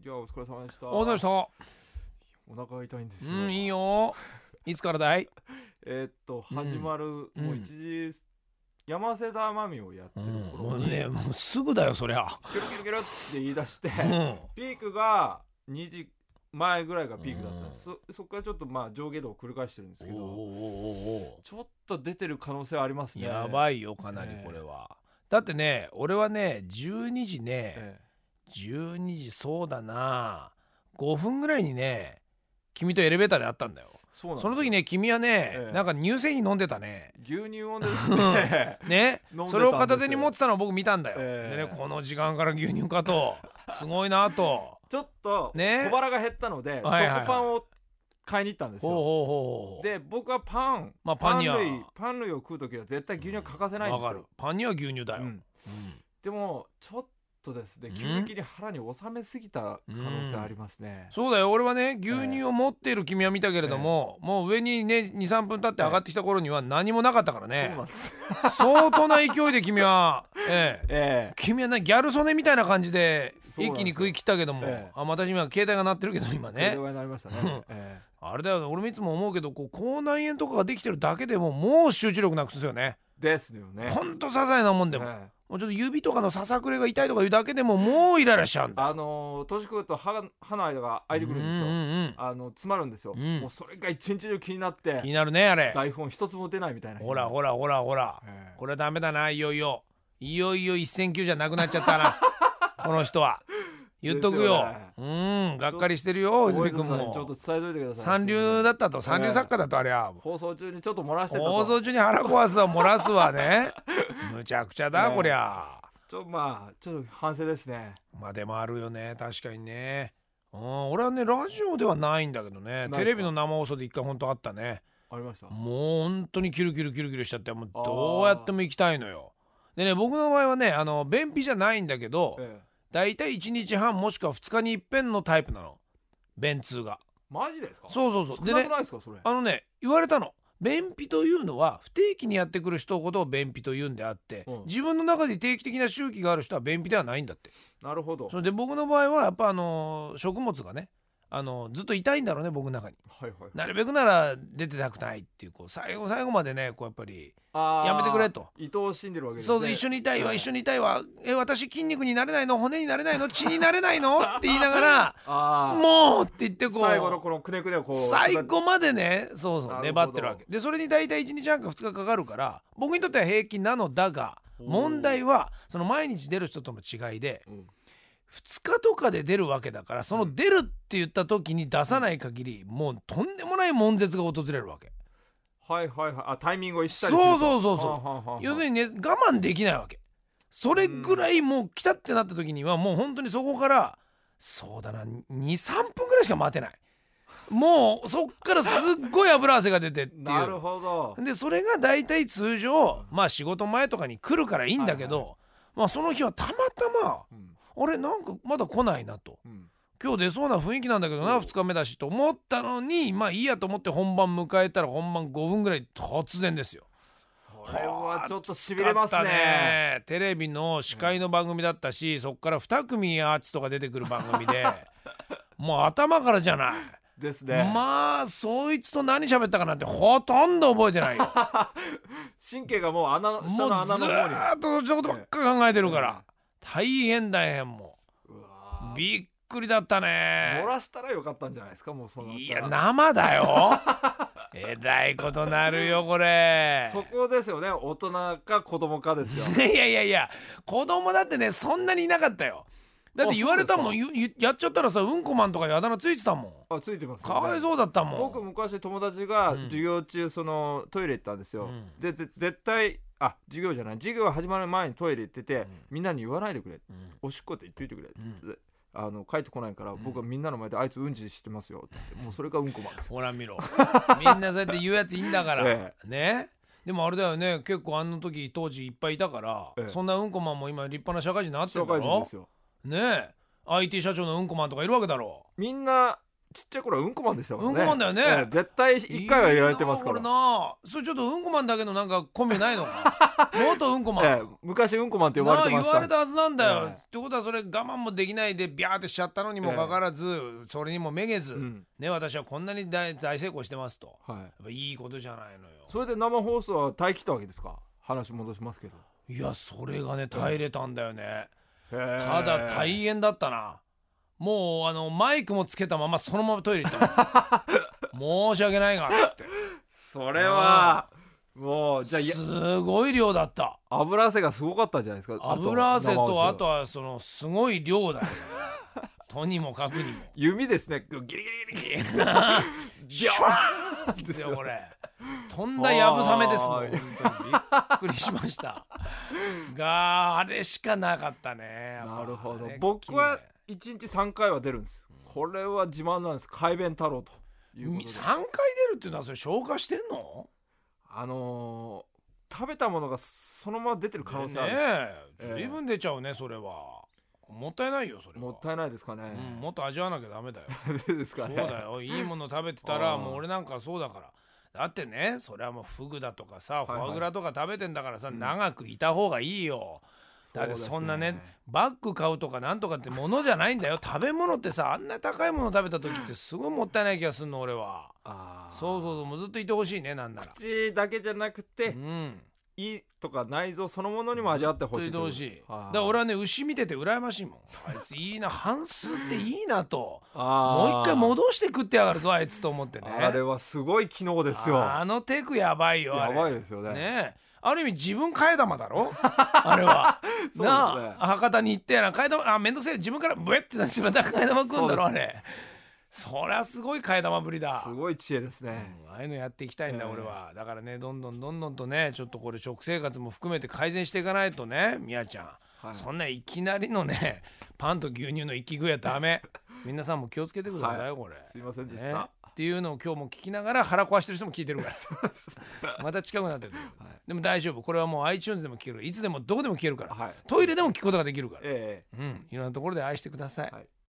いやお疲れ様でした。 お疲れ様でした。 お腹が痛いんですよ。 いいよ。いつからだい？ 始まる、もう1時山瀬田真美をやってる頃に、 もうね、もうすぐだよそりゃ。 キュルキュルキュルって言い出して、ピークが2時前ぐらいがピークだったんです。そこからちょっとまあ上下動を繰り返してるんですけど、ちょっと出てる可能性はありますね。 やばいよかなりこれは。だってね、俺はね12時ね、12時そうだな5分ぐらいにね君とエレベーターで会ったんだよ。その時ね君はね、なんか乳製品飲んでたね。 牛乳飲んでるね。 ね、それを片手に持ってたのを僕見たんだよ。でね、この時間から牛乳かとすごいなと。 ちょっと小腹が減ったので、チョコパンを買いに行ったんですよ。で僕はパン類を食う時は絶対牛乳欠かせないんですよ。 わかる。パンには牛乳だよ。 でもちょっとですね、急激に腹に収めすぎた可能性ありますね。 そうだよ。俺はね牛乳を持っている君は見たけれども、もう上にね 2,3 分経って上がってきた頃には何もなかったからね。 そうなんです。 相当な勢いで君は君はねギャル曽根みたいな感じで一気に食い切ったけども、私今携帯が鳴ってるけど今ね。 携帯が鳴りましたね。 あれだよ、俺もいつも思うけど、こう口内炎とかができてるだけでももう集中力なくすよね。 ですよね。 ほんと些細なもんでも、もうちょっと指とかのささくれが痛いとかいうだけでももうイライラしちゃうんだ。 年食うと歯の間が開いてくるんですよ。詰まるんですよ。もうそれが一日中気になって。 気になるねあれ。 台本一つも出ないみたいな。 ほら、これダメだな。いよいよ一線級じゃなくなっちゃったなこの人は。言っとくよ。がっかりしてるよ泉君も。 ちょっと伝えといてください。 三流だったと、三流作家だとあれは。 放送中にちょっと漏らしてたと。 放送中に腹壊すわ漏らすわね。むちゃくちゃだこりゃ。 ちょっと反省ですね。 まあでもあるよね、確かにね。俺はねラジオではないんだけどね、テレビの生放送で一回本当あったね。 ありました。 もう本当にキルキルしちゃって、もうどうやっても行きたいのよ。でね、僕の場合はね便秘じゃないんだけど、だいたい1日半もしくは2日に一遍のタイプなの、便通が。 マジですか？ そうでね、 言われたの。便秘というのは不定期にやってくる人ほど便秘というんであって、自分の中で定期的な周期がある人は便秘ではないんだって。 なるほど。 それで僕の場合はやっぱ食物がねずっと痛いんだろうね、僕の中に。なるべくなら出てたくないっていう、最後までねやっぱりやめてくれと。 愛おしんでるわけですね。 そう、一緒にいたいわ、私筋肉になれないの、骨になれないの、血になれないのって言いながらもうって言って最後のこのくねくねを最後までね、そう粘ってるわけで、それに大体1日半か2日かかるから、僕にとっては平気なのだが、問題はその毎日出る人との違いで、2日とかで出るわけだから、その出るって言った時に出さない限り、もうとんでもない悶絶が訪れるわけ。 タイミングをしたりすると。 そう要するにね、我慢できないわけ。それぐらいもう来たってなった時には、もう本当にそこからそうだな 2,3 分ぐらいしか待てない。もうそっからすっごい油汗が出てっていう。 なるほど。 でそれが大体通常仕事前とかに来るからいいんだけど、その日はたまたまあれなんかまだ来ないなと、今日出そうな雰囲気なんだけどな、2日目だしと思ったのに、いいやと思って本番迎えたら、本番5分ぐらい突然ですよ。 これはちょっとしびれますね。 テレビの司会の番組だったし、そっから2組アーティストが出てくる番組でもう頭からじゃないですね。 そいつと何喋ったかなんてほとんど覚えてないよ神経がもう下の穴の方に、 もうずーっとそっちのことばっか考えてるから、大変もうびっくりだったね。 漏らしたらよかったんじゃないですか。もういや生だよえらいことなるよこれ。 そこですよね、大人か子供かですよいや子供だってねそんなにいなかったよ。だって言われたもん、やっちゃったらさ、うんこマンとかいうあだ名ついてたもん。 ついてます、 かわいそうだったもん。 僕昔友達が授業中トイレ行ったんですよ。で絶対授業始まる前にトイレ行ってて、みんなに言わないでくれ、おしっこって言っといてくれって帰ってこないから、僕はみんなの前であいつうんちしてますよって言って、もうそれがうんこマンですよ。 ほら見ろみんなそうやって言うやついいんだからね。でもあれだよね、結構時当時いっぱいいたから、そんなうんこマンも今立派な社会人になってるんだろ。 社会人ですよね。IT 社長のうんこマンとかいるわけだろ。 みんなちっちゃい頃はうんこマンでしたもんね。 うんこマンだよね。 絶対1回は言われてますから。 それちょっとうんこマンだけのなんかコンビないのか元うんこマン、 昔うんこマンって呼ばれてました。 言われたはずなんだよ、ってことはそれ我慢もできないでビャーってしちゃったのにもかかわらず、それにもめげず、ね、私はこんなに大成功してますと、やっぱいいことじゃないのよ。 それで生放送は耐え切ったわけですか？話戻しますけど。 いやそれがね耐えれたんだよね。ただ大変だったな。もうマイクもつけたままそのままトイレ行った申し訳ないがっつって。 それはもうじゃあすごい量だった。 油汗がすごかったんじゃないですか？ 油汗とあとはそのすごい量だよとにもかくにも弓ですね、ギリギリギリギリシュワーンですよこれ。とんだやぶさめですもん。本当にびっくりしましたがあれしかなかったね。 なるほど。僕は1日3回は出るんです。これは自慢なんです。快便太郎ということで。 3回出るっていうのはそれ消化してんの？ 食べたものがそのまま出てる可能性あるね。随分出ちゃうねそれは。もったいないよそれは。 もったいないですかね、 もっと味わわなきゃダメだよですかね。 そうだよ、いいもの食べてたらもう俺なんかそうだから。だってねそれはもうフグだとかさ、フォアグラとか食べてんだからさ、長くいた方がいいよ。だってそんなねバッグ買うとかなんとかってものじゃないんだよ。食べ物ってさ、あんな高いもの食べた時ってすごいもったいない気がするの俺は。そうもうずっといてほしいね。なんなら口だけじゃなくて、胃とか内臓そのものにも味わってほしい。だから俺はね牛見てて羨ましいもん。あいついいな半数っていいなともう一回戻して食ってやがるぞあいつと思ってね。 あれはすごい機能ですよ。 あのテクやばいよ。 やばいですよ ね。 ある意味自分替え玉だろあれはそうですね。博多に行って替え玉めんどくせえ自分からブエってなってまた替え玉食うんだろあれ。そりゃすごい替え玉ぶりだ。 すごい知恵ですね、 ああいうのやっていきたいんだ俺は。だからねどんどんとねちょっとこれ食生活も含めて改善していかないとねみやちゃん、そんないきなりのねパンと牛乳の息食いはダメ。皆さんも気をつけてください、これ。 すいませんでした、 っていうのを今日も聞きながら腹壊してる人も聞いてるからまた近くなってる、でも大丈夫。これはもう iTunes でも聞ける、いつでもどこでも聞けるから、トイレでも聞くことができるから、いろんなところで愛してください、